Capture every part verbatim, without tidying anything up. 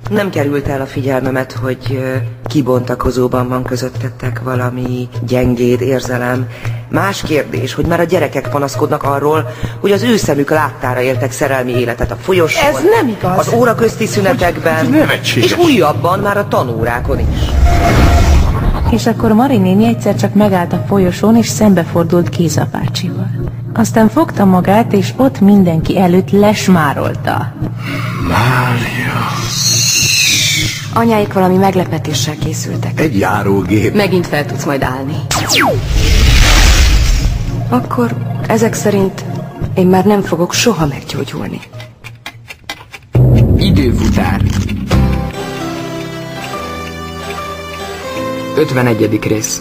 Nem került el a figyelmemet, hogy kibontakozóban van közöttetek valami gyengéd érzelem. Más kérdés, hogy már a gyerekek panaszkodnak arról, hogy az ő szemük láttára éltek szerelmi életet a folyosón. Ez nem igaz. Az óra közti szünetekben, és újabban már a tanórákon is. És akkor Mari néni egyszer csak megállt a folyosón, és szembefordult Géza bácsival. Aztán fogta magát, és ott mindenki előtt lesmárolta. Mária... Anyáik valami meglepetéssel készültek. Egy járógép. Megint fel tudsz majd állni. Akkor ezek szerint én már nem fogok soha meggyógyulni. Időfutár. ötvenegyedik rész.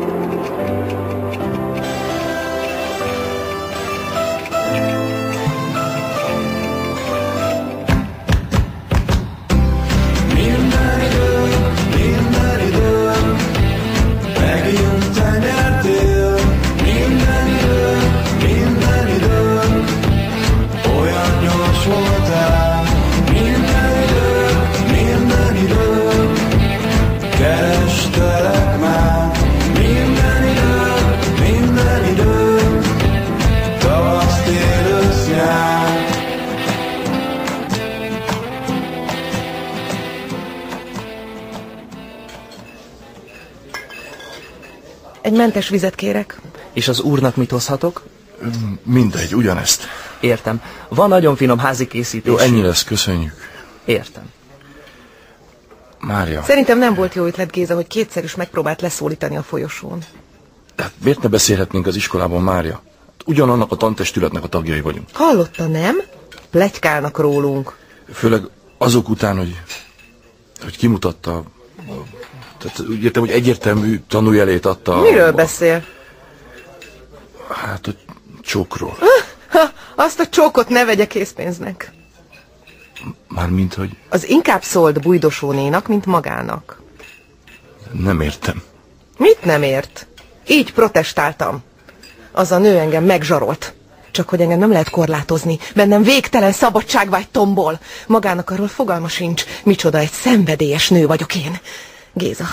Egy mentes vizet kérek. És az úrnak mit hozhatok? Mindegy, ugyanezt. Értem. Van nagyon finom házi készítés. Jó, ennyi lesz, köszönjük. Értem. Mária. Szerintem nem volt jó ötlet, Géza, hogy kétszer is megpróbált leszólítani a folyosón. Hát miért ne beszélhetnénk az iskolában, Mária? Ugyanannak a tantestületnek a tagjai vagyunk. Hallotta, nem? Pletykálnak rólunk. Főleg azok után, hogy, hogy kimutatta... Tehát úgy értem, hogy egyértelmű tanújelét adta... Miről a... beszél? Hát a csókról. Ha, azt a csókot ne vegye készpénznek. Mármint, hogy... Az inkább szólt Bújdosónénak, mint magának. Nem értem. Mit nem ért? Így protestáltam. Az a nő engem megzsarolt. Csak hogy engem nem lehet korlátozni. Bennem végtelen szabadságvágy tombol. Magának arról fogalma sincs, micsoda egy szenvedélyes nő vagyok én. Géza.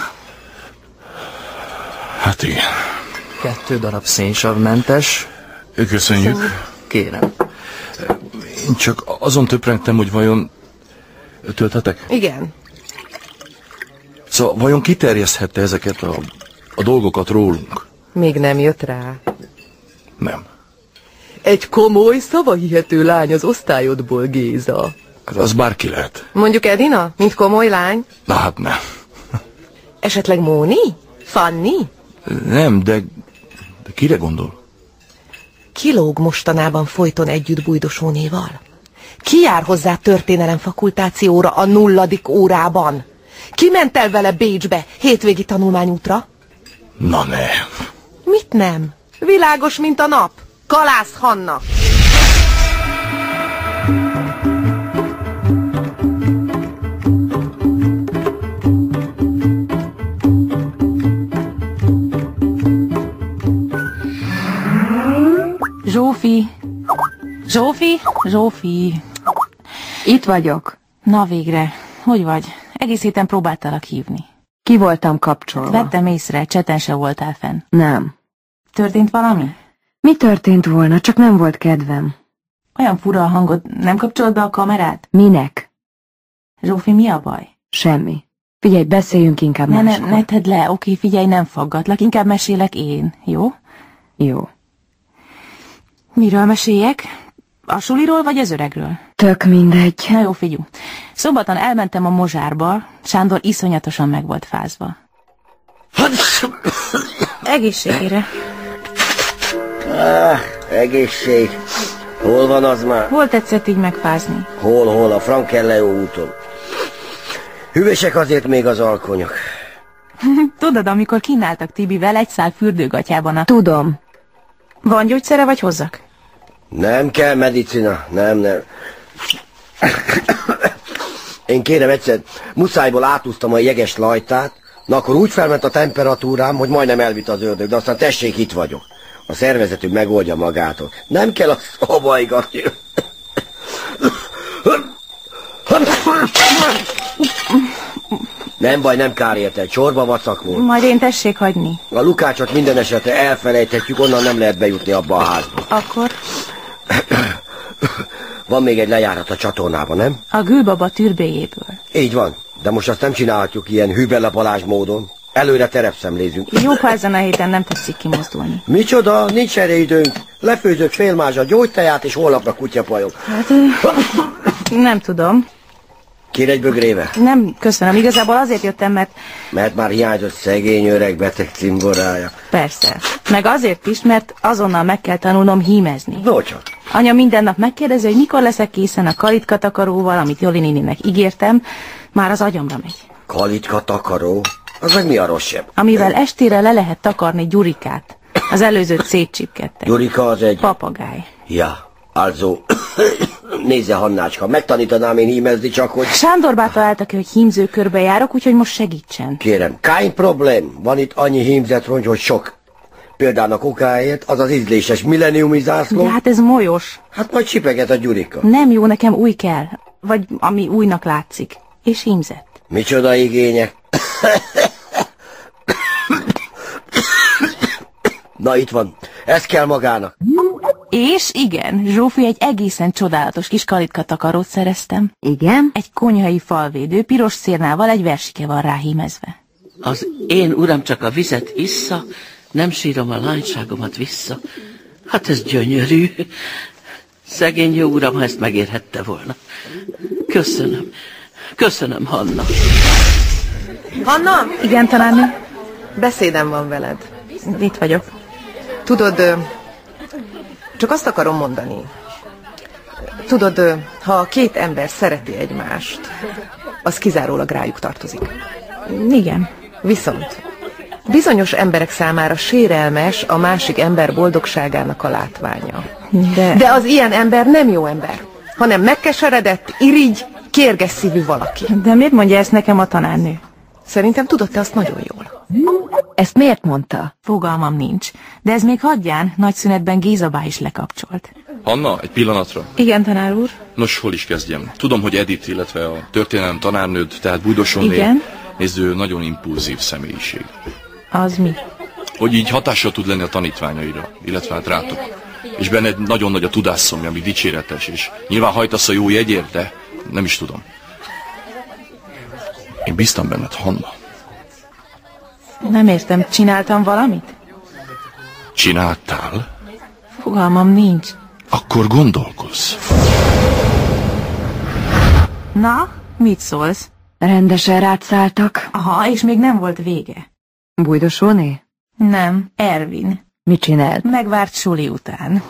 Hát igen. Kettő darab szénsavmentes. Köszönjük. Kérem. Én csak azon töprengtem, hogy vajon... Tölthetek? Igen. Szóval vajon kiterjeszthette ezeket a, a dolgokat rólunk? Még nem jött rá. Nem. Egy komoly, szavahihető lány az osztályodból, Géza. Hát az bárki lehet. Mondjuk Edina, mint komoly lány? Na hát nem. Esetleg Móni? Fanni? Nem, de, de kire gondol? Kilóg mostanában folyton együtt Bújdosónéval? Ki jár hozzá történelem fakultációra a nulladik órában? Ki ment el vele Bécsbe hétvégi tanulmányútra? Na ne. Mit nem? Világos, mint a nap. Kalász Hanna. Zsófi! Zsófi! Zsófi! Itt vagyok. Na végre. Hogy vagy? Egész héten próbáltalak hívni. Ki voltam kapcsolva? Vettem észre, cseten se voltál fenn. Nem. Történt valami? Mi történt volna? Csak nem volt kedvem. Olyan fura a hangod. Nem kapcsolod be a kamerát? Minek? Zsófi, mi a baj? Semmi. Figyelj, beszéljünk inkább ne, máskor. Ne, ne tedd le. Oké, figyelj, nem faggatlak. Inkább mesélek én. Jó? Jó. Miről meséljek? A suliról vagy az öregről? Tök mindegy. Na jó, figyú. Szombaton elmentem a Mozsárba, Sándor iszonyatosan meg volt fázva. Egészségére. Ah, egészség. Hol van az már? Hol tetszett így megfázni? Hol, hol, a Frankelleó úton. Hűvösek azért még az alkonyok. Tudod, amikor kínáltak Tibivel egy szál fürdőgatyában a... Tudom. Van gyógyszere, vagy hozzak? Nem kell medicina, nem, nem. Én kérem egyszer, muszájból átúztam a jeges lajtát, na akkor úgy felment a temperatúrám, hogy majdnem elvitt az ördög, de aztán tessék, itt vagyok. A szervezetünk megoldja magától. Nem kell azt abajgatni. Nem baj, nem kár érte, csorba vacak volt. Majd én tessék hagyni. A Lukácsot minden esetre elfelejthetjük, onnan nem lehet bejutni abba a házba. Akkor? Van még egy lejárat a csatornában, nem? A Gülbaba türbéjéből. Így van, de most azt nem csinálhatjuk ilyen Hübele Balázs módon. Előre terepszemlézünk. Jobb, ha ezen a héten nem tetszik kimozdulni. Micsoda? Nincs erre időnk. Lefőzök félmázsa gyógyteját, és holnapra kutyapajok. Hát, nem tudom. Kér egy bögréve? Nem, köszönöm. Igazából azért jöttem, mert... Mert már hiányzott szegény öreg beteg cimborája. Persze. Meg azért is, mert azonnal meg kell tanulnom hímezni. No csak. Anya minden nap megkérdezi, hogy mikor leszek készen a kalitka takaróval, amit Joli néninek ígértem. Már az agyamra megy. Kalitka takaró? Az meg mi a rosszabb? Amivel estére le lehet takarni Gyurikát. Az előzőt szétcsipkedtek. Gyurika az egy... Papagáj. Ja, also... Nézze, Hannácska, megtanítanám én hímezni, csak hogy... Sándorbá találta ki, hogy hímzőkörbe járok, úgyhogy most segítsen. Kérem, kein problem. Van itt annyi hímzett rongy, hogy sok. Például a kokáért, az az ízléses milleniumi zászló. De hát ez molyos. Hát majd csipeget a Gyurika. Nem jó, nekem új kell. Vagy ami újnak látszik. És hímzett. Micsoda igények. Na itt van, ez kell magának. És igen, Zsófi, egy egészen csodálatos kis kalitka takarót szereztem. Igen? Egy konyhai falvédő, piros szérnával egy versike van ráhímezve. Az én uram csak a vizet issza, nem sírom a lányságomat vissza. Hát ez gyönyörű. Szegény jó uram, ha ezt megérhette volna. Köszönöm. Köszönöm, Hanna. Hanna? Igen, tanárnő? Beszédem van veled. Itt vagyok. Tudod, ö, csak azt akarom mondani. Tudod, ö, ha a két ember szereti egymást, az kizárólag rájuk tartozik. Igen. Viszont bizonyos emberek számára sérelmes a másik ember boldogságának a látványa. De... De az ilyen ember nem jó ember, hanem megkeseredett, irigy, kérges szívű valaki. De miért mondja ezt nekem a tanárnő? Szerintem tudod te azt nagyon jól. Ezt miért mondta? Fogalmam nincs. De ez még hagyján, nagy szünetben Gézabá is lekapcsolt. Hanna, egy pillanatra. Igen, tanár úr? Nos, hol is kezdjem? Tudom, hogy Edith, illetve a történelem tanárnőd, tehát Bújdosonné, Igen? néző nagyon impulzív személyiség. Az mi? Hogy így hatással tud lenni a tanítványaira, illetve hát rátok. És benned nagyon nagy a tudásszomja, ami dicséretes, és nyilván hajtasz a jó jegyért, de nem is tudom. Én bíztam benned, Hanna. Nem értem, csináltam valamit? Csináltál? Fogalmam nincs. Akkor gondolkozz. Na, mit szólsz? Rendesen rátszálltak. Aha, és még nem volt vége. Bújdosóné? Nem, Ervin. Mit csinált? Megvárt suli után.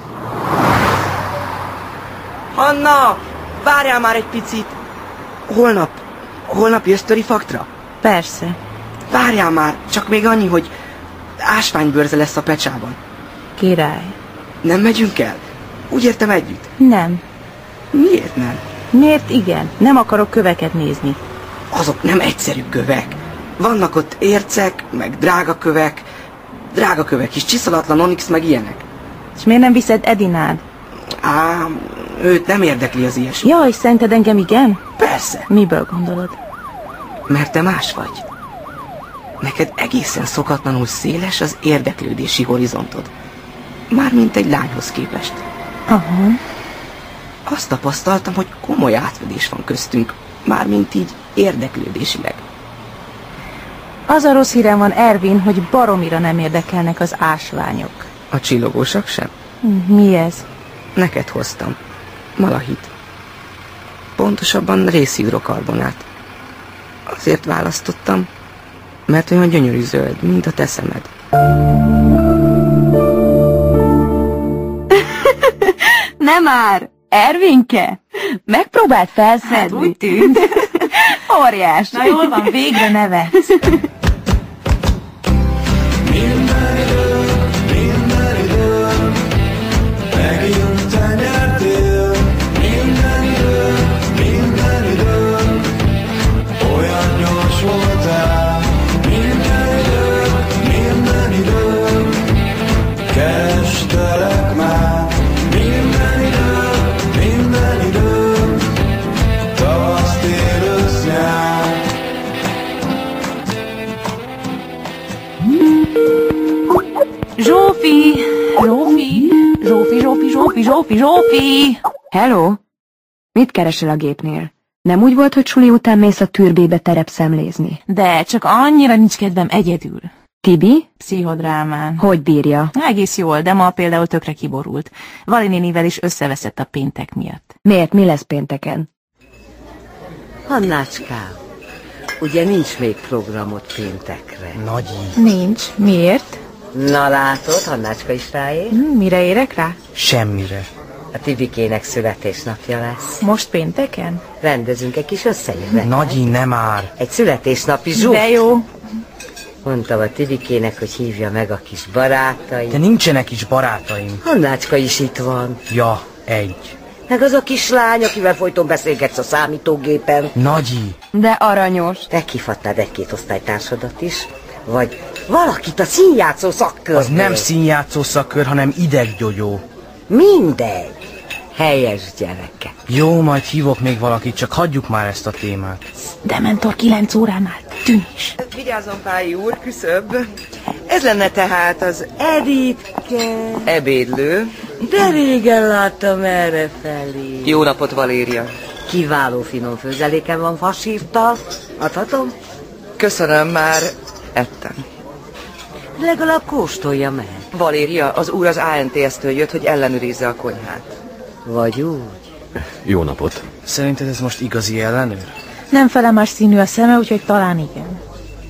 Hanna! Várjál már egy picit! Holnap, holnap jössz Törifaktra? Persze. Várjál már, csak még annyi, hogy ásványbőrze lesz a pecsában. Király. Nem megyünk el? Úgy értem együtt. Nem. Miért nem? Miért igen? Nem akarok köveket nézni. Azok nem egyszerű kövek. Vannak ott ércek, meg drága kövek, drága kövek is, csiszolatlan onix, meg ilyenek. És miért nem viszed Edinád? Á, őt nem érdekli az ilyesmi. Jaj, szerinted engem igen? Persze, Miből gondolod? mert te más vagy. Neked egészen szokatlanul széles az érdeklődési horizontod. Mármint egy lányhoz képest. Aha. Azt tapasztaltam, hogy komoly átfedés van köztünk, mármint így érdeklődésileg. Az a rossz hírem van, Ervin, hogy baromira nem érdekelnek az ásványok. A csillogósak sem? Mi ez? Neked hoztam. Malahit. Pontosabban részhidrokarbonát. Azért választottam, mert olyan gyönyörű zöld, mint a te szemed. Nem már! Ervinke! Megpróbált felszedni? Hát úgy tűnt. Óriás! Na jól van, végre nevetsz. Kerestelek már, minden idő, minden idő, tavasz, tél, ősz, nyár. Zsófi, Zsófi, Zsófi! Hello? Mit keresel a gépnél? Nem úgy volt, hogy suli után mész a türbébe terepszemlézni? De csak annyira nincs kedvem egyedül. Tibi? Pszichodrámán. Hogy bírja? Egész jól, de ma például tökre kiborult. Vali nénivel is összeveszett a péntek miatt. Miért? Mi lesz pénteken? Hannácskám, ugye nincs még programod péntekre? Nagyi. Nincs. Miért? Na látod, Hannácska is ráér? Hm, mire érek rá? Semmire. A Tibikének születésnapja lesz. Most pénteken? Rendezünk egy kis összejövetet. Nagyi, nem már. Egy születésnapi zsúf. De jó. Mondtam a Tibikének, hogy hívja meg a kis barátait. De nincsenek is barátaim. Hannácska is itt van. Ja, egy. Meg az a kislány, akivel folyton beszélgetsz a számítógépen. Nagyi. De aranyos. Te kihívhatnád egy-két osztálytársadat is. Vagy valakit a színjátszó szakkörből. Az nem színjátszó szakkör, hanem ideggyógyó. Mindegy. Helyes gyereke. Jó, majd hívok még valakit, csak hagyjuk már ezt a témát. Dementor kilenc óránál. Tűnés. Vigyázzon, Pályi úr, küszöbb. Ez lenne tehát az Editke ebédlő. De régen láttam erre felé. Jó napot, Valéria. Kiváló finom főzeléken van fasírtal. Adhatom? Köszönöm, már ettem. Legalább kóstolja meg. Valéria, az úr az á en té es-től jött, hogy ellenőrizze a konyhát. Vagy úgy. Jó napot. Szerinted ez most igazi ellenőr? Nem felemás színű a szeme, úgyhogy talán igen.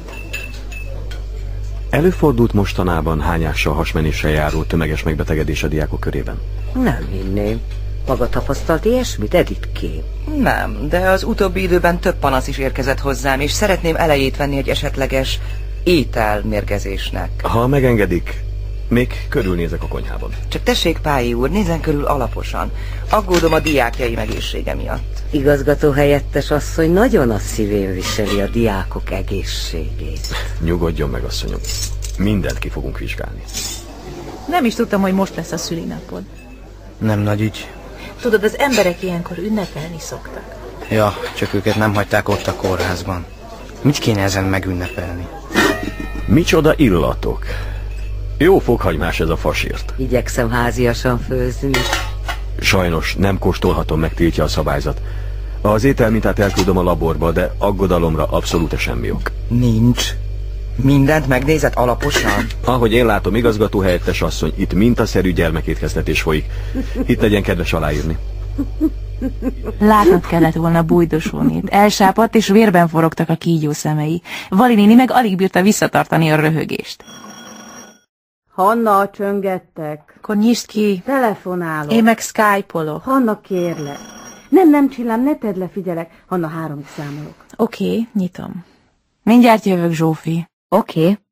Előfordult mostanában hányással, hasmenéssel járó tömeges megbetegedés a diákok körében? Nem hinném. Maga tapasztalt ilyesmit, Editké? Nem, de az utóbbi időben több panasz is érkezett hozzám, és szeretném elejét venni egy esetleges ételmérgezésnek. Ha megengedik, még körülnézek a konyhában. Csak tessék, Pályi úr, nézzen körül alaposan. Aggódom a diákjaim egészsége miatt. Igazgató helyettes asszony nagyon a szívén viseli a diákok egészségét. Nyugodjon meg, asszonyom. Mindent ki fogunk vizsgálni. Nem is tudtam, hogy most lesz a szülinapod. Nem nagy ügy. Tudod, az emberek ilyenkor ünnepelni szoktak. Ja, csak őket nem hagyták ott a kórházban. Mit kéne ezen megünnepelni? Micsoda illatok! Jó fokhagymás ez a fasírt. Igyekszem háziasan főzni. Sajnos nem kóstolhatom, megtiltja a szabályzat. Az ételmintát elküldöm a laborba, de aggodalomra abszolút semmi ok. Nincs. Mindent megnézett alaposan? Ahogy én látom, igazgató helyettes asszony, itt mintaszerű gyermekétkeztetés folyik. Itt legyen kedves aláírni. Látnod kellett volna Bújdosónét. Elsápadt és vérben forogtak a kígyó szemei. Vali néni meg alig bírta visszatartani a röhögést. Hanna, csöngettek. Akkor nyisd ki. Telefonálok. Én meg skype-olok. Hanna, kérlek. Nem, nem, Csillám, ne tedd le, figyelek. Hanna, háromig számolok. Oké, okay, nyitom. Mindjárt jövök, Zsófi. Oké. Okay.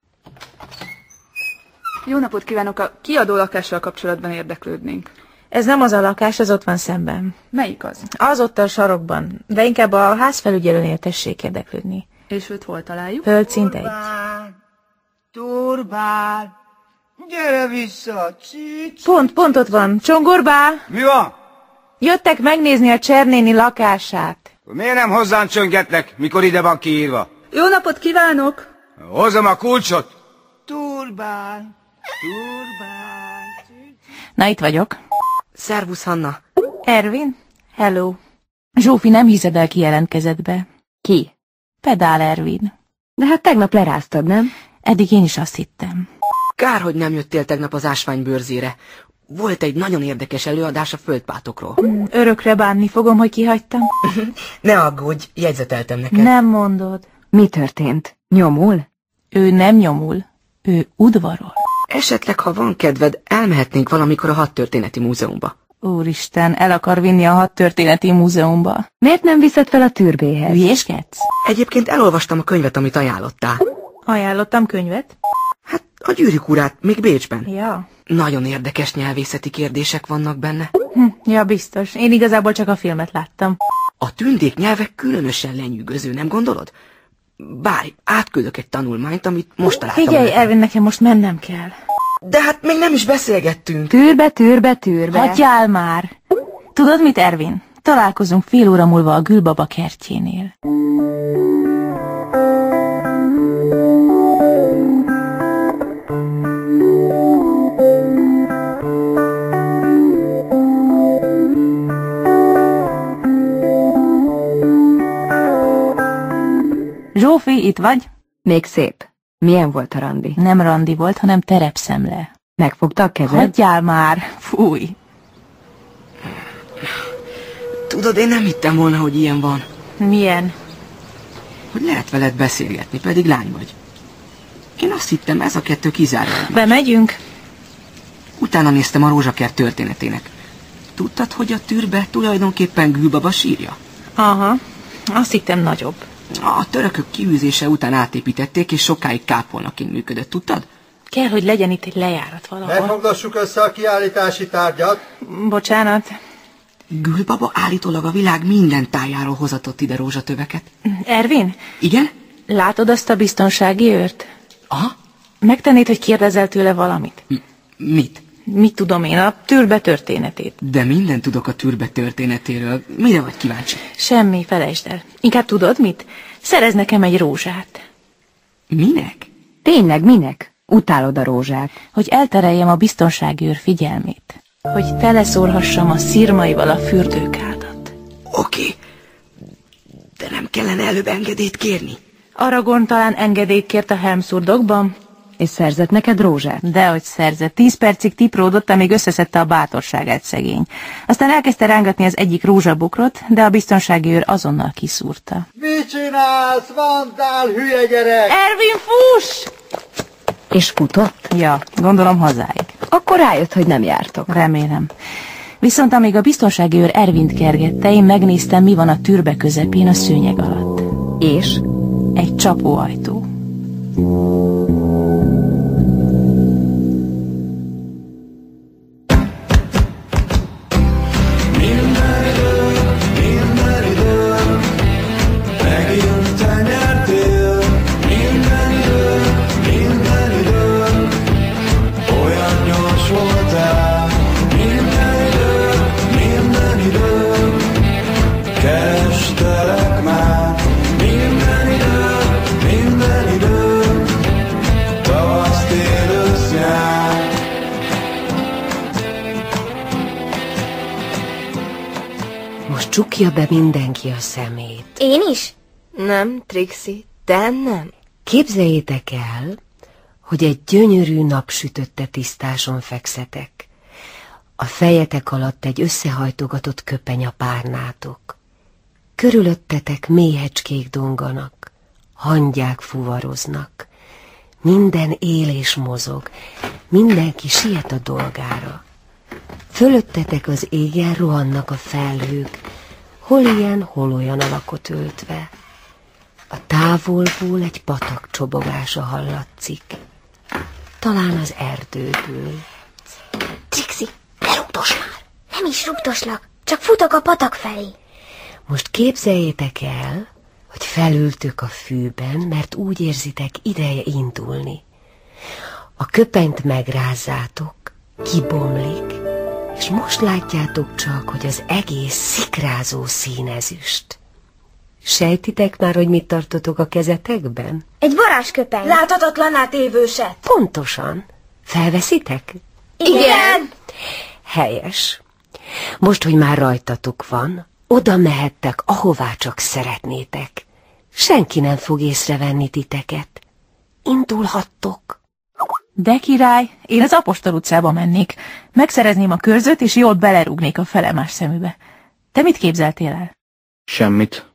Jó napot kívánok, a kiadó lakással kapcsolatban érdeklődnénk. Ez nem az a lakás, ez ott van szemben. Melyik az? Az ott a sarokban, de inkább a házfelügyelőnél tessék érdeklődni. És őt hol találjuk? Földszint egy. Turbán, gyere vissza, cic. Pont, pont ott van. Csongorbá! Mi van? Jöttek megnézni a Csernéni lakását. Miért nem hozzám csöngetnek, mikor ide van kiírva? Jó napot kívánok! Hozzam a kulcsot. Turbán, turbán. Na, itt vagyok. Szervusz, Hanna. Ervin? Hello. Zsófi, nem hiszed el, ki jelentkezett be. Ki? Pedál Ervin. De hát tegnap leráztad, nem? Eddig én is azt hittem. Kár, hogy nem jöttél tegnap az ásványbőrzére. Volt egy nagyon érdekes előadás a földpátokról. Örökre bánni fogom, hogy kihagytam. Ne aggódj, jegyzeteltem neked. Nem mondod. Mi történt? Nyomul? Ő nem nyomul. Ő udvarol. Esetleg, ha van kedved, elmehetnénk valamikor a Hadtörténeti Múzeumba. Úristen, el akar vinni a Hadtörténeti Múzeumba. Miért nem viszed fel a türbéhez? Hülyéskedsz? Egyébként elolvastam a könyvet, amit ajánlottál. Ajánlottam könyvet? Hát a Gyűrűk urát, még Bécsben. Ja. Nagyon érdekes nyelvészeti kérdések vannak benne. Hm, ja, biztos. Én igazából csak a filmet láttam. A tündék nyelve különösen lenyűgöző, nem gondolod? Bárj, átküldök egy tanulmányt, amit most találtam. Figyelj, Ervin, nekem most mennem kell. De hát még nem is beszélgettünk. Tűrbe, tűrbe, tűrbe. Hagyjál már! Tudod mit, Ervin? Találkozunk fél óra múlva a Gülbaba kertjénél. Zsófi, itt vagy? Még szép. Milyen volt a randi? Nem randi volt, hanem terepszemle. Megfogta a kezed? Hagyjál már, fúj. Tudod, én nem hittem volna, hogy ilyen van. Milyen? Hogy lehet veled beszélgetni, pedig lány vagy. Én azt hittem, ez a kettő kizárólag. Bemegyünk? Utána néztem a rózsakert történetének. Tudtad, hogy a tűrbe tulajdonképpen Gülbaba sírja? Aha, azt hittem nagyobb. A törökök kiűzése után átépítették, és sokáig kápolnaként működött, tudtad? Kell, hogy legyen itt egy lejárat valahol. Megfoglassuk össze a kiállítási tárgyat. Bocsánat. Gülbaba állítólag a világ minden tájáról hozatott ide rózsatöveket. Ervin? Igen? Látod azt a biztonsági őrt? Aha. Megtennéd, hogy kérdezel tőle valamit? M- mit? Mit tudom én, a tűrbe történetét. De mindent tudok a tűrbe történetéről. Mire vagy kíváncsi? Semmi, felejtsd el. Inkább tudod mit? Szerez nekem egy rózsát. Minek? Tényleg, minek? Utálod a rózsát. Hogy eltereljem a biztonsági őr figyelmét. Hogy teleszórhassam a szirmaival a fürdőkádat. Oké. De nem kellene előbb engedélyt kérni? Aragorn talán engedélyt kért a Helmszurdokban. És szerzett neked rózsát? Dehogy szerzett. Tíz percig tipródott, amíg összeszedte a bátorságát szegény. Aztán elkezdte rángatni az egyik rózsabokrot, de a biztonsági őr azonnal kiszúrta. Mit csinálsz, Vandál, hülye gyerek? Ervin, fuss! És futott? Ja, gondolom hazáig. Akkor rájött, hogy nem jártok. Remélem. Viszont amíg a biztonsági őr Ervint kergette, én megnéztem, mi van a tűrbe közepén a szőnyeg alatt. És? Egy csapóajtó. Csukja be mindenki a szemét. Én is? Nem, Trixie, te nem. Képzeljétek el, hogy egy gyönyörű napsütötte tisztáson fekszetek. A fejetek alatt egy összehajtogatott köpeny a párnátok. Körülöttetek méhecskék donganak, hangyák fuvaroznak. Minden él és mozog, mindenki siet a dolgára. Fölöttetek az égen rohannak a felhők, hol ilyen, hol olyan alakot öltve. A távolból egy patak csobogása hallatszik. Talán az erdőből. Trixie, ne rúgdos már! Nem is rúgdoslak, csak futok a patak felé. Most képzeljétek el, hogy felültök a fűben, mert úgy érzitek, ideje indulni. A köpenyt megrázzátok, kibomlik, és most látjátok csak, hogy az egész szikrázó színezüst. Sejtitek már, hogy mit tartotok a kezetekben? Egy varázsköpeny. Láthatatlanná tévőset. Pontosan. Felveszitek? Igen. Helyes. Most, hogy már rajtatok van, oda mehettek, ahová csak szeretnétek. Senki nem fog észrevenni titeket. Indulhattok. De király, én az Apostol utcába mennék. Megszerezném a körzöt, és jól belerúgnék a felemás szemübe. Te mit képzeltél el? Semmit.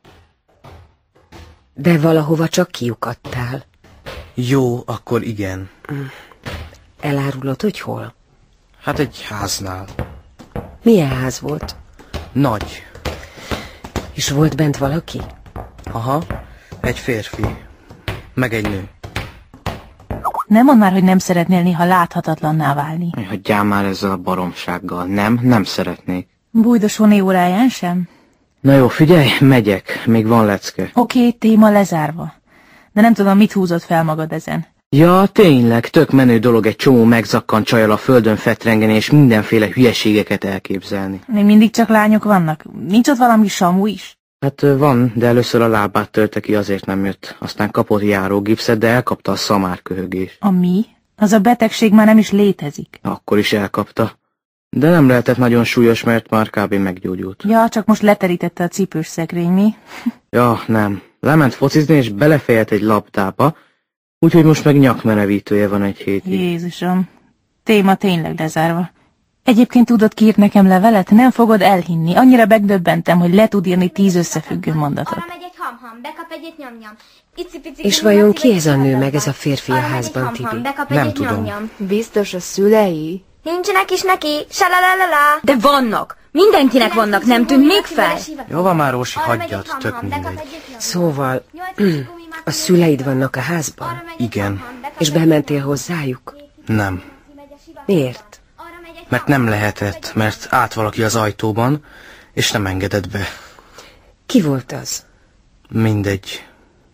De valahova csak kiukadtál. Jó, akkor igen. Elárulod, hogy hol? Hát egy háznál. Milyen ház volt? Nagy. És volt bent valaki? Aha, egy férfi. Meg egy nő. Nem mondd már, hogy nem szeretnél néha láthatatlanná válni. Hagyjál már ezzel a baromsággal. Nem, nem szeretnék. Bújdosóné óráján sem? Na jó, figyelj, megyek. Még van lecke. Oké, téma lezárva. De nem tudom, mit húzott fel magad ezen. Ja, tényleg, tök menő dolog egy csomó megzakkant csajjal a földön fetrengeni és mindenféle hülyeségeket elképzelni. Még mindig csak lányok vannak? Nincs ott valami Samu is? Hát van, de először a lábát törte ki, azért nem jött. Aztán kapott járógipszet, de elkapta a szamárköhögés. A mi? Az a betegség már nem is létezik. Akkor is elkapta. De nem lehetett nagyon súlyos, mert már kb. Meggyógyult. Ja, csak most leterítette a cipős szekrény, mi? Ja, nem. Lement focizni, és belefejelt egy labdába, úgyhogy most meg nyakmenevítője van egy hétig. Jézusom, téma tényleg lezárva. Egyébként tudod, ki írt nekem levelet? Nem fogod elhinni. Annyira megdöbbentem, hogy le tud írni tíz összefüggő mondatot. És vajon ki ez a nő, meg ez a férfi a házban, Tibi? Nem tudom. Biztos a szülei? Nincsenek is neki, salalalala. De vannak. Mindenkinek vannak, nem tűnt még fel? Jó van már, Rósi, hagyjad, tök mindegy. Szóval, a szüleid vannak a házban? Igen. És bementél hozzájuk? Nem. Miért? Mert nem lehetett, mert állt valaki az ajtóban, és nem engedett be. Ki volt az? Mindegy.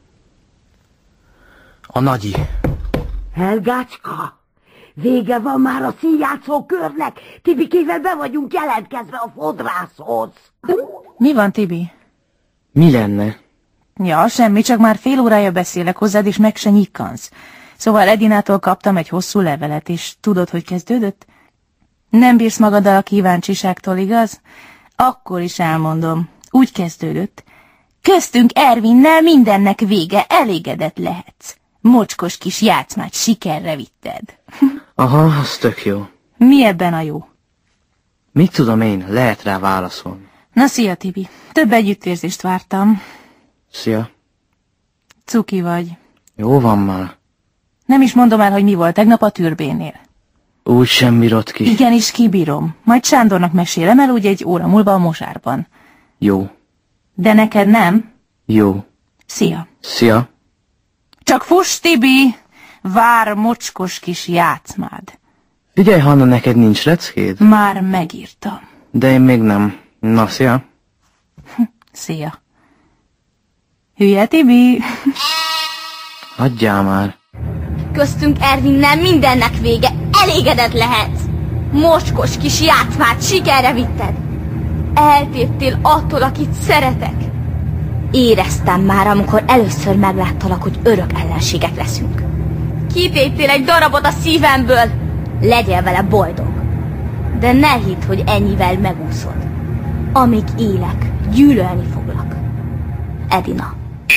A nagyi. Helgácska, vége van már a színjátszó körnek. Tibikével be vagyunk jelentkezve a fodrászhoz. Mi van, Tibi? Mi lenne? Ja, semmi, csak már fél órája beszélek hozzád, és meg se nyikkansz. Szóval Edinától kaptam egy hosszú levelet, és tudod, hogy kezdődött? Nem bírsz magaddal a kíváncsiságtól, igaz? Akkor is elmondom. Úgy kezdődött. Köztünk Ervinnel mindennek vége, elégedett lehetsz. Mocskos kis játszmát sikerre vitted. Aha, az tök jó. Mi ebben a jó? Mit tudom én, lehet rá válaszolni. Na, szia, Tibi. Több együttérzést vártam. Szia. Cuki vagy. Jó van már. Nem is mondom el, hogy mi volt tegnap a türbénél. Úgy sem bírod ki. Igenis kibírom. Majd Sándornak mesélem el úgy egy óra múlva a mosárban. Jó. De neked nem? Jó. Szia. Szia. Csak fuss, Tibi! Vár mocskos kis játszmád. Figyelj, Hanna, neked nincs leckéd? Már megírtam. De én még nem. Na, szia. Szia. Hülye, Tibi! Hagyjál már. Köztünk Ervinnel mindennek vége, elégedett lehetsz. Mocskos kis játszmát sikerre vitted. Eltértél attól, akit szeretek. Éreztem már, amikor először megláttalak, hogy örök ellenségek leszünk. Kitéptél egy darabot a szívemből. Legyél vele boldog. De ne hidd, hogy ennyivel megúszod. Amíg élek, gyűlölni foglak. Edina.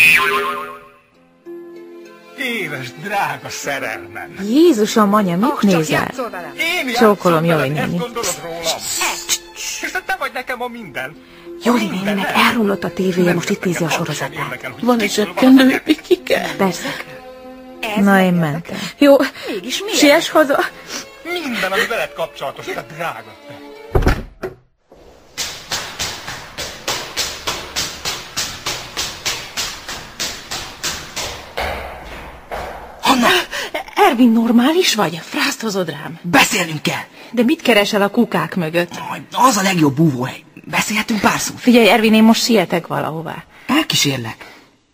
Éves, drága szerelmem! Jézusom, anya, mit oh, nézel? Csókolom, Joli néni. És te vagy nekem a minden. Joli néninek elromlott a tévéje, most itt nézi a sorozatát. Van egy zsebkendő, Pikike? Persze. Na, én mentem. Jó, siess haza. Minden, ami veled kapcsolatos, te drága te. Hanna! Ervin, normális vagy? Frászt hozod rám. Beszélnünk kell. De mit keresel a kukák mögött? Az a legjobb búvóhely. Beszélhetünk pár szót. Figyelj, Ervin, én most sietek valahová. Elkísérlek.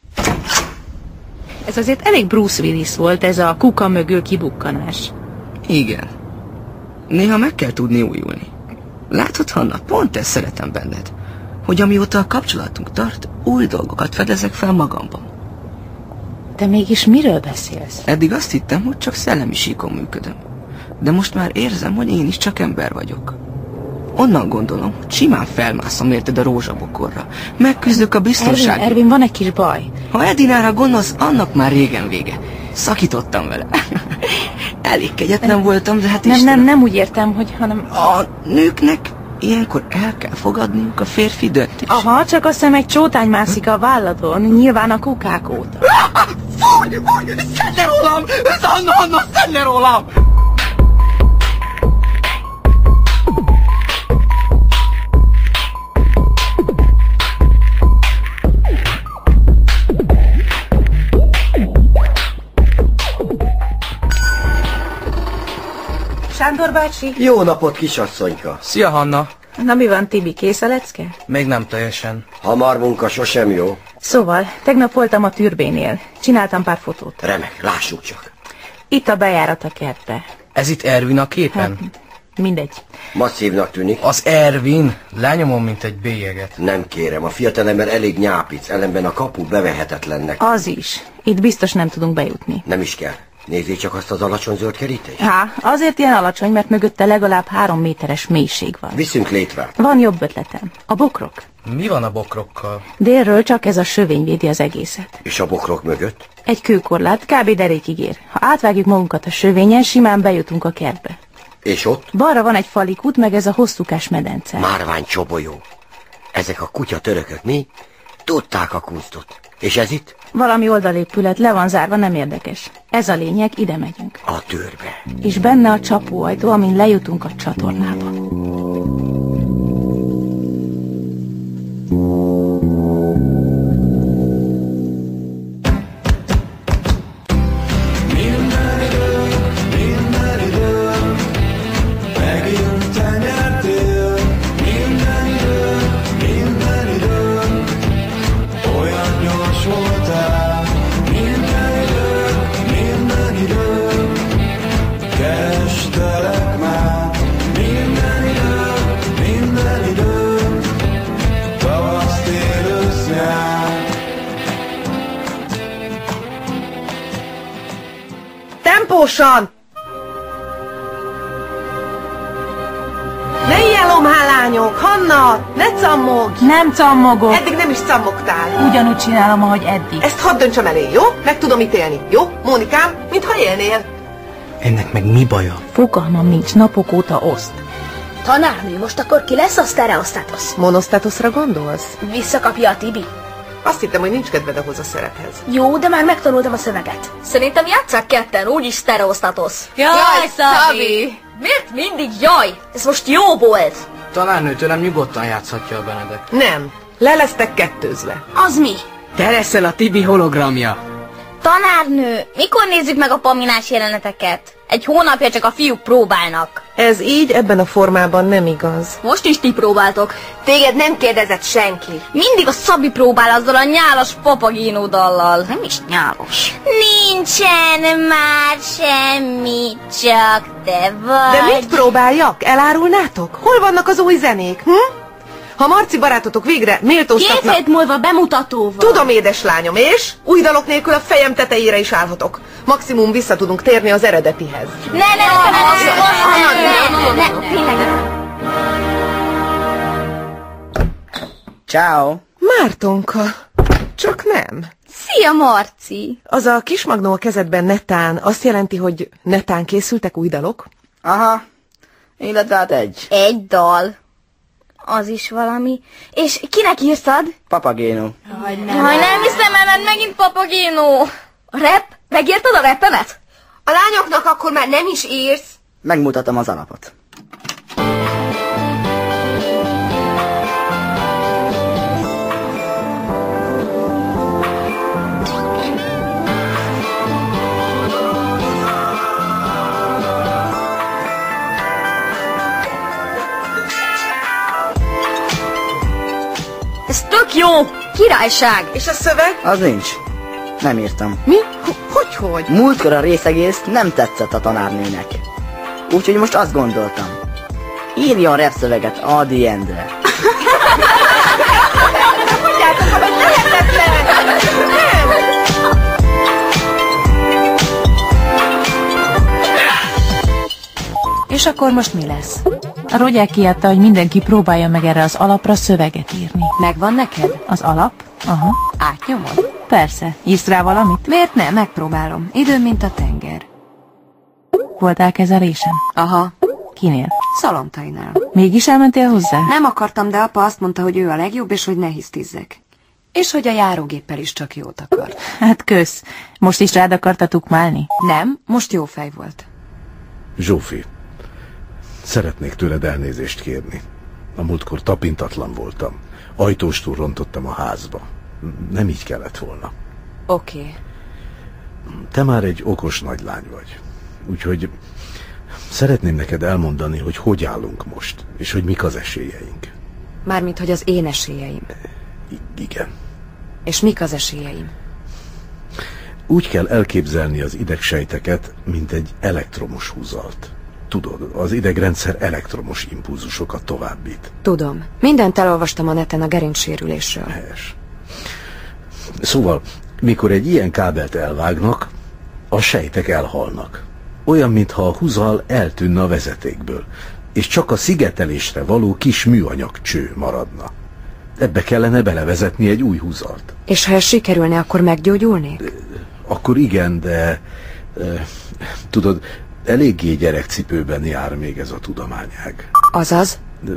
Ez azért elég Bruce Willis volt, ez a kuka mögül kibukkanás. Igen. Néha meg kell tudni újulni. Látod, Hanna, pont ezt szeretem benned. Hogy amióta a kapcsolatunk tart, új dolgokat fedezek fel magamban. De mégis miről beszélsz? Eddig azt hittem, hogy csak szellemi síkon működöm. De most már érzem, hogy én is csak ember vagyok. Onnan gondolom, hogy simán felmászom érted a rózsabokorra. Megküzdök a biztonság. Ervin, Ervin, van egy kis baj. Ha Edinára gondolsz, annak már régen vége. Szakítottam vele. Elég kegyetlen voltam, de hát Nem, Istenem. nem, nem úgy értem, hogy hanem... A nőknek ilyenkor el kell fogadniuk a férfi döntést. Aha, csak azt hiszem egy csótány mászik a válladon, nyilván a kukák óta. Fúj, fúj, szedd le rólam! Anna, Anna, szedd le rólam! Sándor bácsi? Jó napot, kisasszonyka! Szia, Hanna! Na mi van, Tibi, kész a lecke? Még nem teljesen. Hamar munka sosem jó. Szóval, tegnap voltam a türbénél. Csináltam pár fotót. Remek, lássuk csak. Itt a bejárat a kertbe. Ez itt Ervin a képen? Hát, mindegy. Masszívnak tűnik. Az Ervin? Lenyomom, mint egy bélyeget. Nem kérem, a fiatalember elég nyápic, ellenben a kapu bevehetetlennek. Az is. Itt biztos nem tudunk bejutni. Nem is kell. Nézzék csak azt az alacsony zöld kerítést. Há, azért ilyen alacsony, mert mögötte legalább három méteres mélység van. Viszünk létre. Van jobb ötletem. A bokrok. Mi van a bokrokkal? Délről csak ez a sövény védi az egészet. És a bokrok mögött? Egy kőkorlát, kb. Derékig ér. Ha átvágjuk magunkat a sövényen, simán bejutunk a kertbe. És ott? Balra van egy falikút, meg ez a hosszúkás medence. Márvány csobolyó. Ezek a kutya törökök mi? Tudták a kunstot. És ez itt? Valami oldalépület, le van zárva, nem érdekes. Ez a lényeg, ide megyünk. A tűrbe. És benne a csapóajtó, amin lejutunk a csatornába. Tempósan! Ne ilyen lomhálányok! Hanna, ne cammogj! Nem cammogok! Eddig nem is cammogtál. Ugyanúgy csinálom, ahogy eddig. Ezt hadd döntsem elé, jó? Meg tudom ítélni, jó? Mónikám, mintha élnél. Ennek meg mi baja? Fogalmam nincs, napok óta oszt. Tanárnő, most akkor ki lesz a sztereosztátosz? Monosztátoszra gondolsz? Visszakapja a Tibi? Azt hittem, hogy nincs kedved ahhoz a szerephez. Jó, de már megtanultam a szöveget. Szerintem játsszák ketten, úgyis sztereosztatosz. Jaj, Szabi! Miért mindig jaj? Ez most jó volt. Tanárnő, tőlem nyugodtan játszhatja a Benedek. Nem, le lesztek kettőzve. Az mi? Te leszel a Tibi hologramja. Tanárnő, mikor nézzük meg a paminás jeleneteket? Egy hónapja csak a fiúk próbálnak. Ez így ebben a formában nem igaz. Most is ti próbáltok. Téged nem kérdezett senki. Mindig a Szabi próbál azzal a nyálas Papagino dallal. Nem is nyálos. Nincsen már semmi, csak te vagy. De mit próbáljak? Elárulnátok? Hol vannak az új zenék? Hm? Ha Marci barátotok végre méltóztatnak... Két hét múlva bemutató van. Tudom, édeslányom, és új dalok nélkül a fejem tetejére is állhatok. Maximum vissza tudunk térni az eredetihez. Ne, ne, ne, ne, ne, ne, ne, ne. Ciao. Mártonka, csak nem. Szia, Marci. Az a kis magnó a kezedben netán azt jelenti, hogy netán készültek új dalok? Aha, illetve hát egy. Egy dal. Az is valami. És kinek írtad? Papagéno. Hogy nem. Haj, nem hiszem el, mert megint Papagéno. A rap? Megírtad a rappemet? A lányoknak akkor már nem is írsz. Megmutatom az alapot. Ez tök jó! Királyság! És a szöveg? Az nincs. Nem írtam. Mi? Hogy-hogy? Múltkor a részegész nem tetszett a tanárnőnek. Úgyhogy most azt gondoltam. Írjon repszöveget a The Endre. Mondjátok, hogy lehetetlen! Nem! És akkor most mi lesz? A Rogyák kiadta, hogy mindenki próbálja meg erre az alapra szöveget írni. Megvan neked? Az alap? Aha. Átnyomod? Persze. Írsz rá valamit? Miért ne? Megpróbálom. Időm, mint a tenger. Voltál kezelésem? Aha. Kinél? Szalontainál. Mégis elmentél hozzá? Nem akartam, de apa azt mondta, hogy ő a legjobb, és hogy ne hisztizzek. És hogy a járógéppel is csak jót akar. Hát kösz. Most is rád akartatok málni? Nem, most jó fej volt. Zsófi, szeretnék tőled elnézést kérni. A múltkor tapintatlan voltam. Ajtóstól rontottam a házba. Nem így kellett volna. Oké. Okay. Te már egy okos nagylány vagy. Úgyhogy szeretném neked elmondani, hogy hogy állunk most, és hogy mik az esélyeink. Mármint, hogy az én esélyeim. I- igen. És mik az esélyeim? Úgy kell elképzelni az idegsejteket, mint egy elektromos húzalt. Tudod, az idegrendszer elektromos impulzusokat továbbít. Tudom. Mindent elolvastam a neten a gerincsérülésről. Helyes. Szóval, mikor egy ilyen kábelt elvágnak, A sejtek elhalnak. Olyan, mintha a húzal eltűnne a vezetékből, és csak a szigetelésre való kis műanyag cső maradna. Ebbe kellene belevezetni egy új húzalt. És ha ez sikerülne, akkor meggyógyulnék? Akkor igen, de... E, tudod, eléggé gyerekcipőben jár még ez a tudományág. Azaz? De,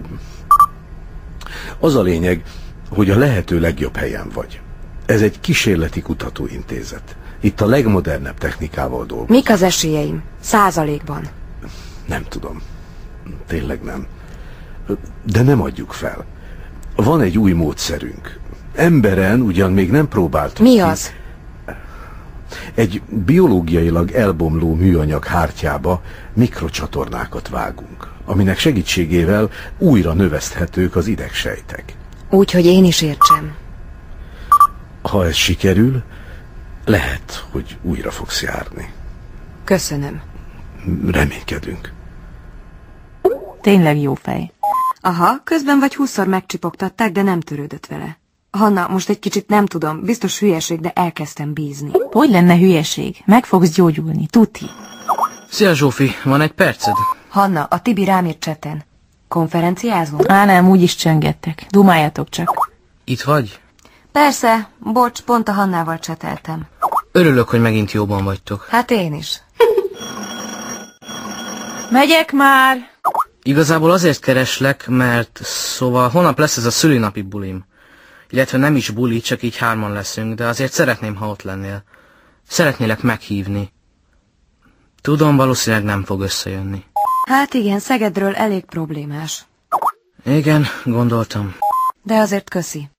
az a lényeg, hogy a lehető legjobb helyen vagy. Ez egy kísérleti kutatóintézet. Itt a legmodernebb technikával dolgozunk. Mik az esélyeim? Százalékban? Nem tudom. Tényleg nem. De nem adjuk fel. Van egy új módszerünk. Emberen ugyan még nem próbáltuk. Mi ki. az? Egy biológiailag elbomló műanyag hártyába mikrocsatornákat vágunk, aminek segítségével újra növeszthetők az idegsejtek. Úgy, hogy én is értsem. Ha ez sikerül, lehet, hogy újra fogsz járni. Köszönöm. Reménykedünk. Tényleg jó fej. Aha, közben vagy húszszor megcsipogtatták, de nem törődött vele. Hanna, most egy kicsit nem tudom, biztos hülyeség, de elkezdtem bízni. Hogy lenne hülyeség? Meg fogsz gyógyulni, tuti. Szia Zsófi, van egy perced? Hanna, a Tibi rám írt cseten. Konferenciázunk? Á, nem, úgyis csöngettek. Dumáljatok csak. Itt vagy? Persze, bocs, pont a Hannával cseteltem. Örülök, hogy megint jóban vagytok. Hát én is. Megyek már! Igazából azért kereslek, mert szóval holnap lesz ez a szülinapi bulim. Illetve nem is buli, csak így hárman leszünk, de azért szeretném, ha ott lennél. Szeretnélek meghívni. Tudom, valószínűleg nem fog összejönni. Hát igen, Szegedről elég problémás. Igen, gondoltam. De azért köszi.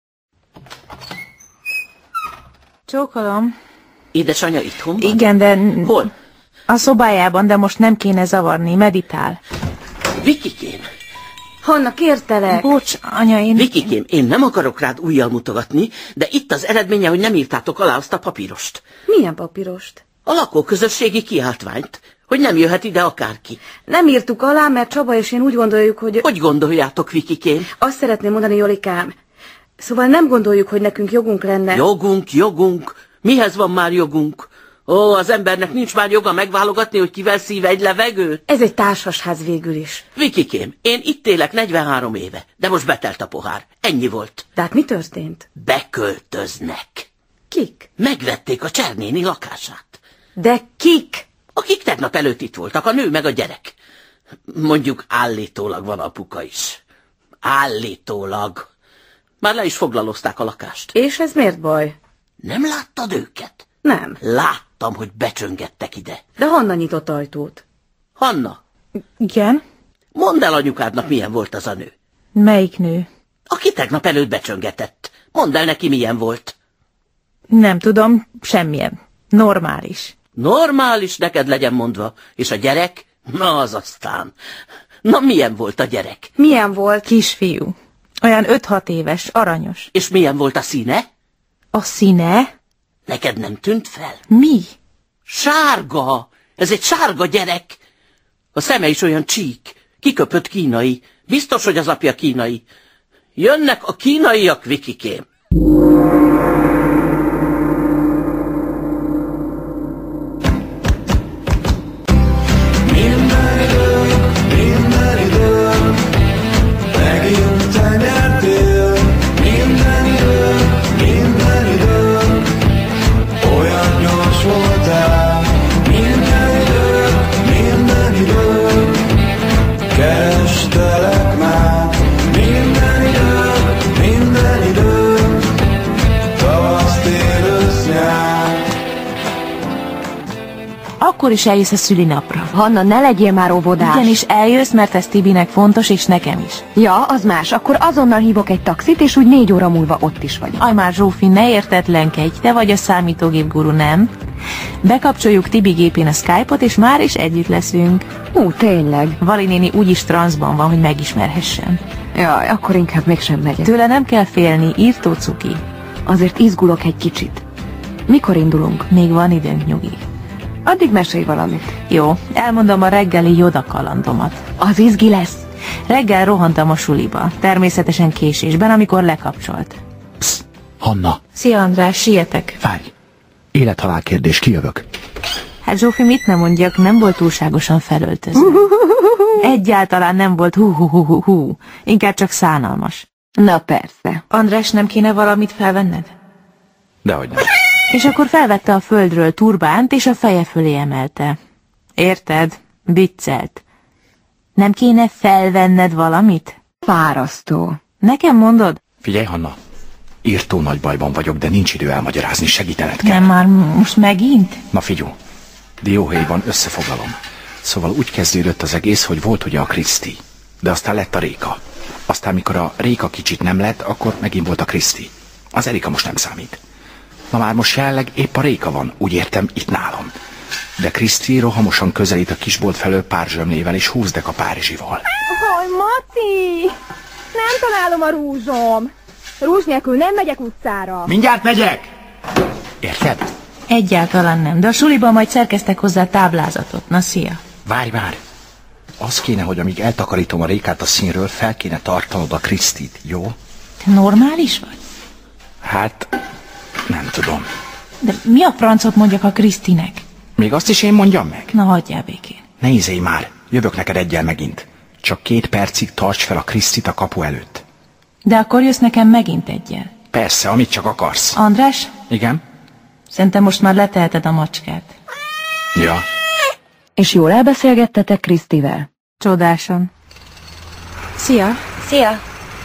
Csókolom. Édesanyja itthon van? Igen, de... Hol? A szobájában, de most nem kéne zavarni, meditál. Vikikém! Hanna, kértelek! Bocs, anya, én... Vikikém, én nem akarok rád ujjal mutogatni, de itt az eredménye, hogy nem írtátok alá azt a papírost. Milyen papírost? A lakóközösségi kiáltványt, hogy nem jöhet ide akárki. Nem írtuk alá, mert Csaba és én úgy gondoljuk, hogy... Hogy gondoljátok, Vikikém? Azt szeretném mondani, Jolikám. Szóval nem gondoljuk, hogy nekünk jogunk lenne... Jogunk, jogunk. Mihez van már jogunk? Ó, az embernek nincs már joga megválogatni, hogy kivel szív egy levegőt? Ez egy társasház végül is. Vikikém, én itt élek negyvenhárom éve, de most betelt a pohár. Ennyi volt. De hát mi történt? Beköltöznek. Kik? Megvették a Csernéni lakását. De kik? Akik tegnap előtt itt voltak, a nő meg a gyerek. Mondjuk állítólag van apuka is. Állítólag. Már le is foglalozták a lakást. És ez miért baj? Nem láttad őket? Nem. Láttam, hogy becsöngettek ide. De Hanna nyitott ajtót. Hanna? Igen? Mondd el anyukádnak, milyen volt az a nő. Melyik nő? Aki tegnap előtt becsöngetett. Mondd el neki, milyen volt. Nem tudom, semmilyen. Normális. Normális, neked legyen mondva. És a gyerek? Na az aztán. Na milyen volt a gyerek? Milyen volt? Kisfiú. Olyan öt-hat éves, aranyos. És milyen volt a színe? A színe? Neked nem tűnt fel? Mi? Sárga. Ez egy sárga gyerek. A szeme is olyan csík. Kiköpött kínai. Biztos, hogy az apja kínai. Jönnek a kínaiak, Vikikém. Kerestelek már minden idő, minden idő, tavasz, tél, ősz, nyár. Akkor is eljössz a szülinapra. Hanna, ne legyél már óvodás. Igenis eljössz, mert ez Tibinek fontos, és nekem is. Ja, az más. Akkor azonnal hívok egy taxit, és úgy négy óra múlva ott is vagyok. Aj már, Zsófi, ne értetlenkedj, te vagy a számítógép guru, nem? Bekapcsoljuk Tibi gépén a Skype-ot, és már is együtt leszünk. Ú, tényleg. Vali néni úgyis transzban van, hogy megismerhessen. Jaj, akkor inkább mégsem megyek. Tőle nem kell félni, írtó cuki. Azért izgulok egy kicsit. Mikor indulunk? Még van időnk, nyugi. Addig mesélj valamit. Jó, elmondom a reggeli Yoda kalandomat. Az izgi lesz. Reggel rohantam a suliba, természetesen késésben, amikor lekapcsolt. Psz, Hanna. Szia András, sietek. Várj. Élethalál kérdés, kijövök. Hát Zsófi, mit nem mondjak, nem volt túlságosan felöltözve. Egyáltalán nem volt hú-hú-hú-hú-hú, inkább csak szánalmas. Na persze. András, nem kéne valamit felvenned? Dehogy nem. És akkor felvette a földről turbánt, és a feje fölé emelte. Érted? Viccelt. Nem kéne felvenned valamit? Fárasztó. Nekem mondod? Figyelj, Hanna, írtó nagy bajban vagyok, de nincs idő elmagyarázni, segítened kell. Nem már most megint? Na figyú, dióhéjban összefoglalom. Szóval úgy kezdődött az egész, hogy volt ugye a Kriszti, de aztán lett a Réka. Aztán mikor a Réka kicsit nem lett, akkor megint volt a Kriszti. Az Erika most nem számít. Na már most jelenleg épp a Réka van, úgy értem, itt nálam. De Kriszti rohamosan közelít a kisbolt felől pár zsömlével és húzdek a párizsival. Haj, Maci! Nem találom a rúzsom. Rúzs nélkül nem megyek utcára. Mindjárt megyek! Érted? Egyáltalán nem, de a suliban majd szerkeztek hozzá táblázatot. Na, szia! Várj, várj! Az kéne, hogy amíg eltakarítom a Rékát a színről, fel kéne tartanod a Krisztit, jó? Te normális vagy? Hát, nem tudom. De mi a francot mondjak a Krisztinek? Még azt is én mondjam meg? Na, hagyjál békén. Ne ízélj már, jövök neked egyel megint. Csak két percig tarts fel a Krisztit a kapu előtt. De akkor jössz nekem megint egyel. Persze, amit csak akarsz. András? Igen? Szerintem most már leteheted a macskát. Ja. És jól elbeszélgettetek Krisztivel? Csodáson. Szia! Szia!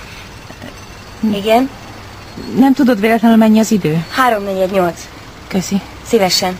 Igen? Nem tudod véletlenül mennyi az idő? Három negyed nyolc. Köszi. Szívesen.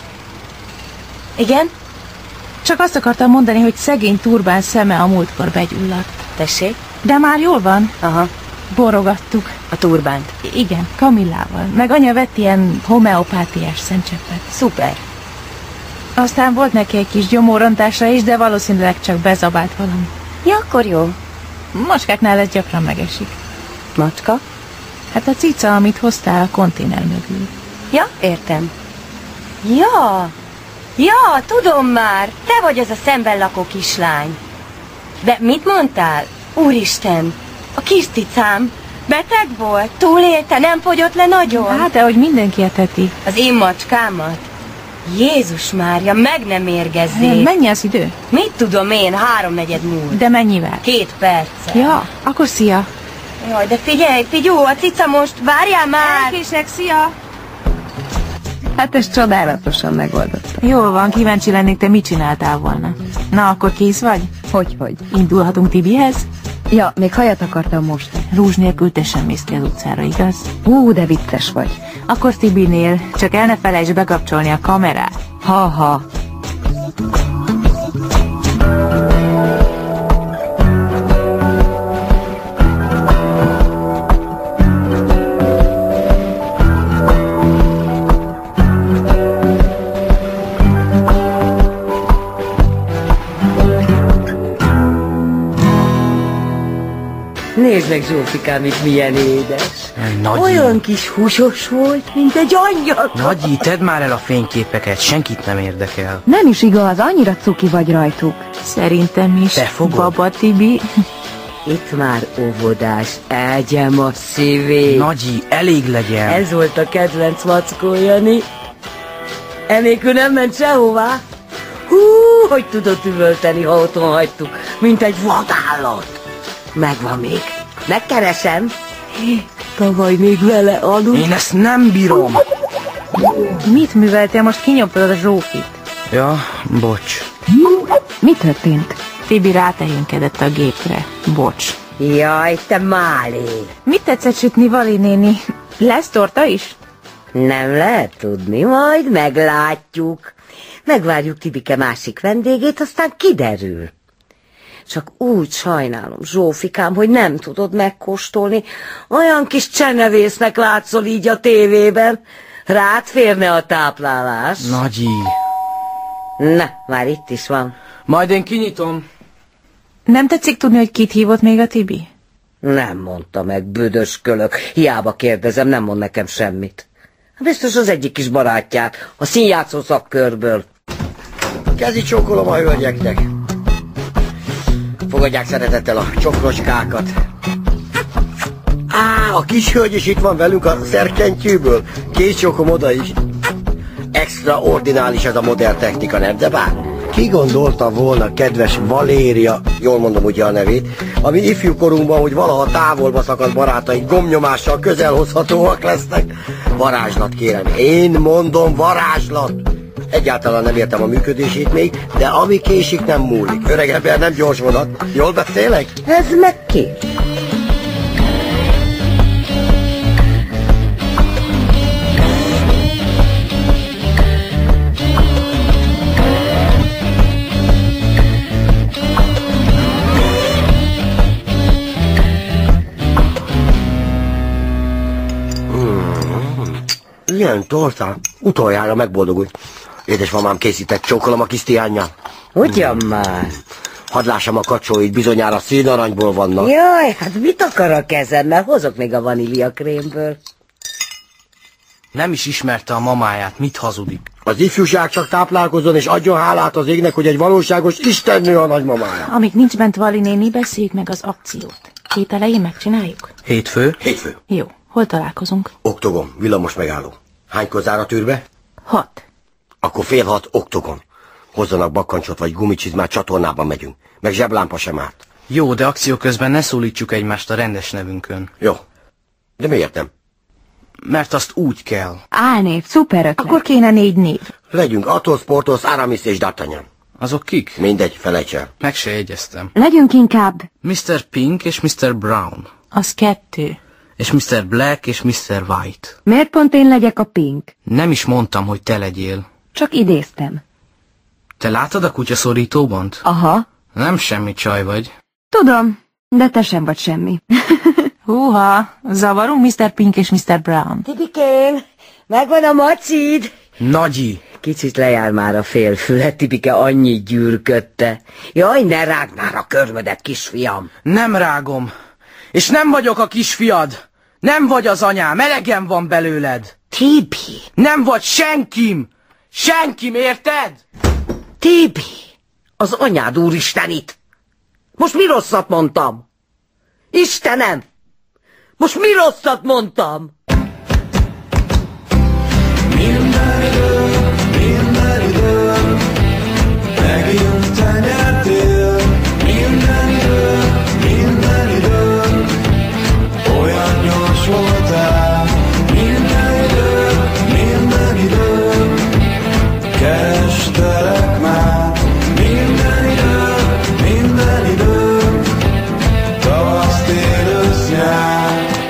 Igen? Csak azt akartam mondani, hogy szegény Turbán szeme a múltkor begyulladt. Tessék? De már jól van. Aha. Borogattuk. A Turbánt? I- igen, Kamillával. Meg anya vett ilyen homeopátiás szentcseppet. Szuper. Aztán volt neki egy kis gyomorrontása is, de valószínűleg csak bezabált valami. Ja, akkor jó. Macskáknál ez gyakran megesik. Macska? Hát a cica, amit hoztál a konténer mögül. Ja, értem. Ja, ja, tudom már. Te vagy az a szemben lakó kislány. De mit mondtál? Úristen, a kis cicám beteg volt? Túlélte? Nem fogyott le nagyon? Hát, ahogy mindenki eteti. Az én macskámat? Jézus Mária, meg nem érgezzék. Mennyi az idő? Mit tudom én, háromnegyed múlt. De mennyivel? Két perc. Ja, akkor szia. Jaj, de figyelj, figyú, a cica most, várjál már! Elkések, szia! Hát ez csodálatosan megoldotta. Jól van, kíváncsi lennék, te mit csináltál volna. Na, akkor kész vagy? Hogy, hogy? Indulhatunk Tibihez? Ja, még hajat akartam most. Rúzs nélkül te sem mész ki az utcára, igaz? Hú, de vicces vagy. Akkor Tibinél, csak el ne felejtsd bekapcsolni a kamerát. Ha-ha. Nézd meg, Zsófikám, itt milyen édes. Nagyi. Olyan kis húsos volt, mint egy angyal. Nagyi, tedd már el a fényképeket, senkit nem érdekel. Nem is igaz, annyira cuki vagy rajtuk. Szerintem is. Te fogod? Baba Tibi. Itt már óvodás, ágyam a szívét. Nagyi, elég legyen. Ez volt a kedvenc mackó, Jani. Enélkül nem ment sehová. Hú, hogy tudott üvölteni, ha otthon hagytuk, mint egy vadállat. Megvan még. Megkeresem. Tavaly még vele aludt. Én ezt nem bírom. Mit műveltél? Most kinyomtad a Zsófit. Ja, bocs. Mi történt? Tibi rátehénkedett a gépre. Bocs. Jaj, te Máli. Mit tetszett sütni, Vali néni? Lesz torta is? Nem lehet tudni, majd meglátjuk. Megvárjuk Tibike másik vendégét, aztán kiderül. Csak úgy sajnálom, Zsófikám, hogy nem tudod megkóstolni. Olyan kis csenevésznek látszol így a tévében. Rád férne a táplálás. Nagyi. Na, már itt is van. Majd én kinyitom. Nem tetszik tudni, hogy kit hívott még a Tibi? Nem mondta meg, büdös kölök. Hiába kérdezem, nem mond nekem semmit. Biztos az egyik kis barátját, a színjátszó szakkörből. Kezi csókolom a hölgyeknek. Fogadják szeretettel a csokrocskákat. Á, a kis hölgy is itt van velünk a szerkentyűből. Kész csókom oda is. Extraordinális ez a modern technika, nem? De bár, ki gondolta volna, kedves Valéria, jól mondom ugye a nevét, ami ifjúkorunkban, hogy valaha távolba szakadt barátaink gomnyomással közelhozhatóak lesznek? Varázslat, kérem, én mondom varázslat! Egyáltalán nem értem a működését még, de ami késik, nem múlik. Öreg ember nem gyors vonat. Jól beszélek? Ez meg ki? Ilyen torta. Utoljára megboldogult. Édesmamám készített, csókolom a kis tiánnyal. Ugyan már. Hadd lássam a kacsóit, bizonyára színaranyból vannak. Jaj, hát mit akar a kezemmel? Hozok még a vaníliakrémből. Nem is ismerte a mamáját, mit hazudik. Az ifjúság csak táplálkozzon, és adjon hálát az égnek, hogy egy valóságos istennő a nagymamája. Amíg nincs bent Vali néni, beszéljük meg az akciót. Hét elején megcsináljuk? Hétfő? Hétfő. Jó, hol találkozunk? Oktogon, villamos megálló. Hánykor zár a tűrbe? Hat. Akkor fél hat, Oktogon. Hozzanak bakkancsot vagy gumicsizmát, csatornában megyünk. Meg zseblámpa sem árt. Jó, de akció közben ne szólítsuk egymást a rendes nevünkön. Jó. De miért nem? Mert azt úgy kell. Álnév, szuper ötlet. Akkor kéne négy név. Legyünk Athos, Porthos, Aramis és D'Artagnan. Azok kik? Mindegy, felejts el. Meg se jegyeztem. Legyünk inkább miszter Pink és miszter Brown. Az kettő. És miszter Black és miszter White. Miért pont én legyek a Pink? Nem is mondtam, hogy te legyél. Csak idéztem. Te látod a kutyaszorítóbant? Aha. Nem semmi csaj vagy. Tudom, de te sem vagy semmi. Húha, zavarunk miszter Pink és miszter Brown. Tibikén, megvan a macid. Nagyi. Kicsit lejár már a félfület, Tibike annyit gyűrködte. Jaj, ne rágd már a körmödet, kisfiam. Nem rágom. És nem vagyok a kisfiad. Nem vagy az anyám, elegem van belőled. Tibi. Nem vagy senkim. Senkim, érted? Tibi, az anyád úristenit. Most mi rosszat mondtam? Istenem, most mi rosszat mondtam? Minden idő, minden idő, megint te nyertél. Minden idő, minden idő, olyan gyors voltál. Minden idő, minden idő, kerestelek már. Minden idő, minden idő, tavasz, tél, ősz, nyár.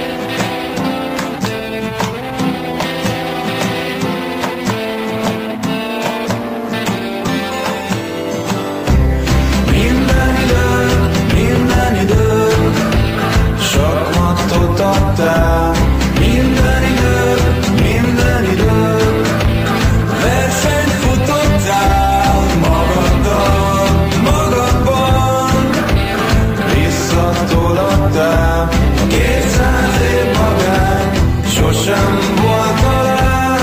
Minden idő, minden idő, sok mattot adtál. Minden idő, minden idő, versenyt futottál magaddal, magadban. Visszatoladtál, kétszáz év magán, sosem volt alá.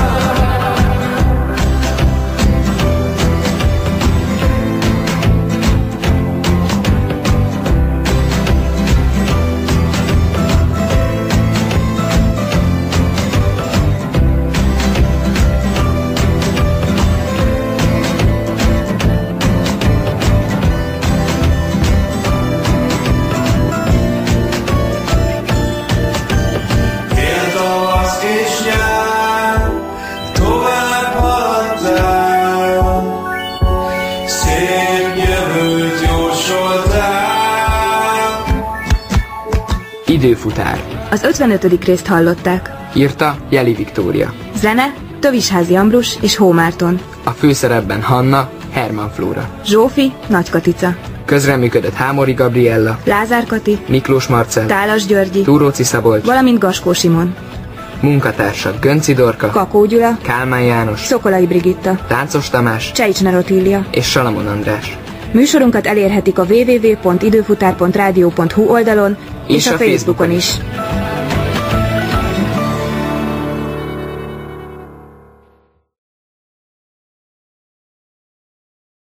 Tél, tavasz és nyár, tovább haladtál, szép jövőt jósoltál. Időfutár. Az ötvenötödik részt hallották. Írta Jeli Viktória. Zene Tövisházi Ambrus és Hómárton. A főszerepben Hanna, Herman Flóra. Zsófi Nagy Katica. Közreműködött Hámori Gabriella, Lázár Kati, Miklós Marcell, Tálas Györgyi, Túróci Szabolcs, valamint Gaskó Simon. munkatársak Gönci Dorka, Kakó Gyula, Kálmán János, Szokolai Brigitta, Táncos Tamás Cseicsner Otília. és Salamon András. Műsorunkat elérhetik a double-u double-u double-u pont időfutár pont rádió pont hu oldalon és, És a a Facebookon Facebookon is.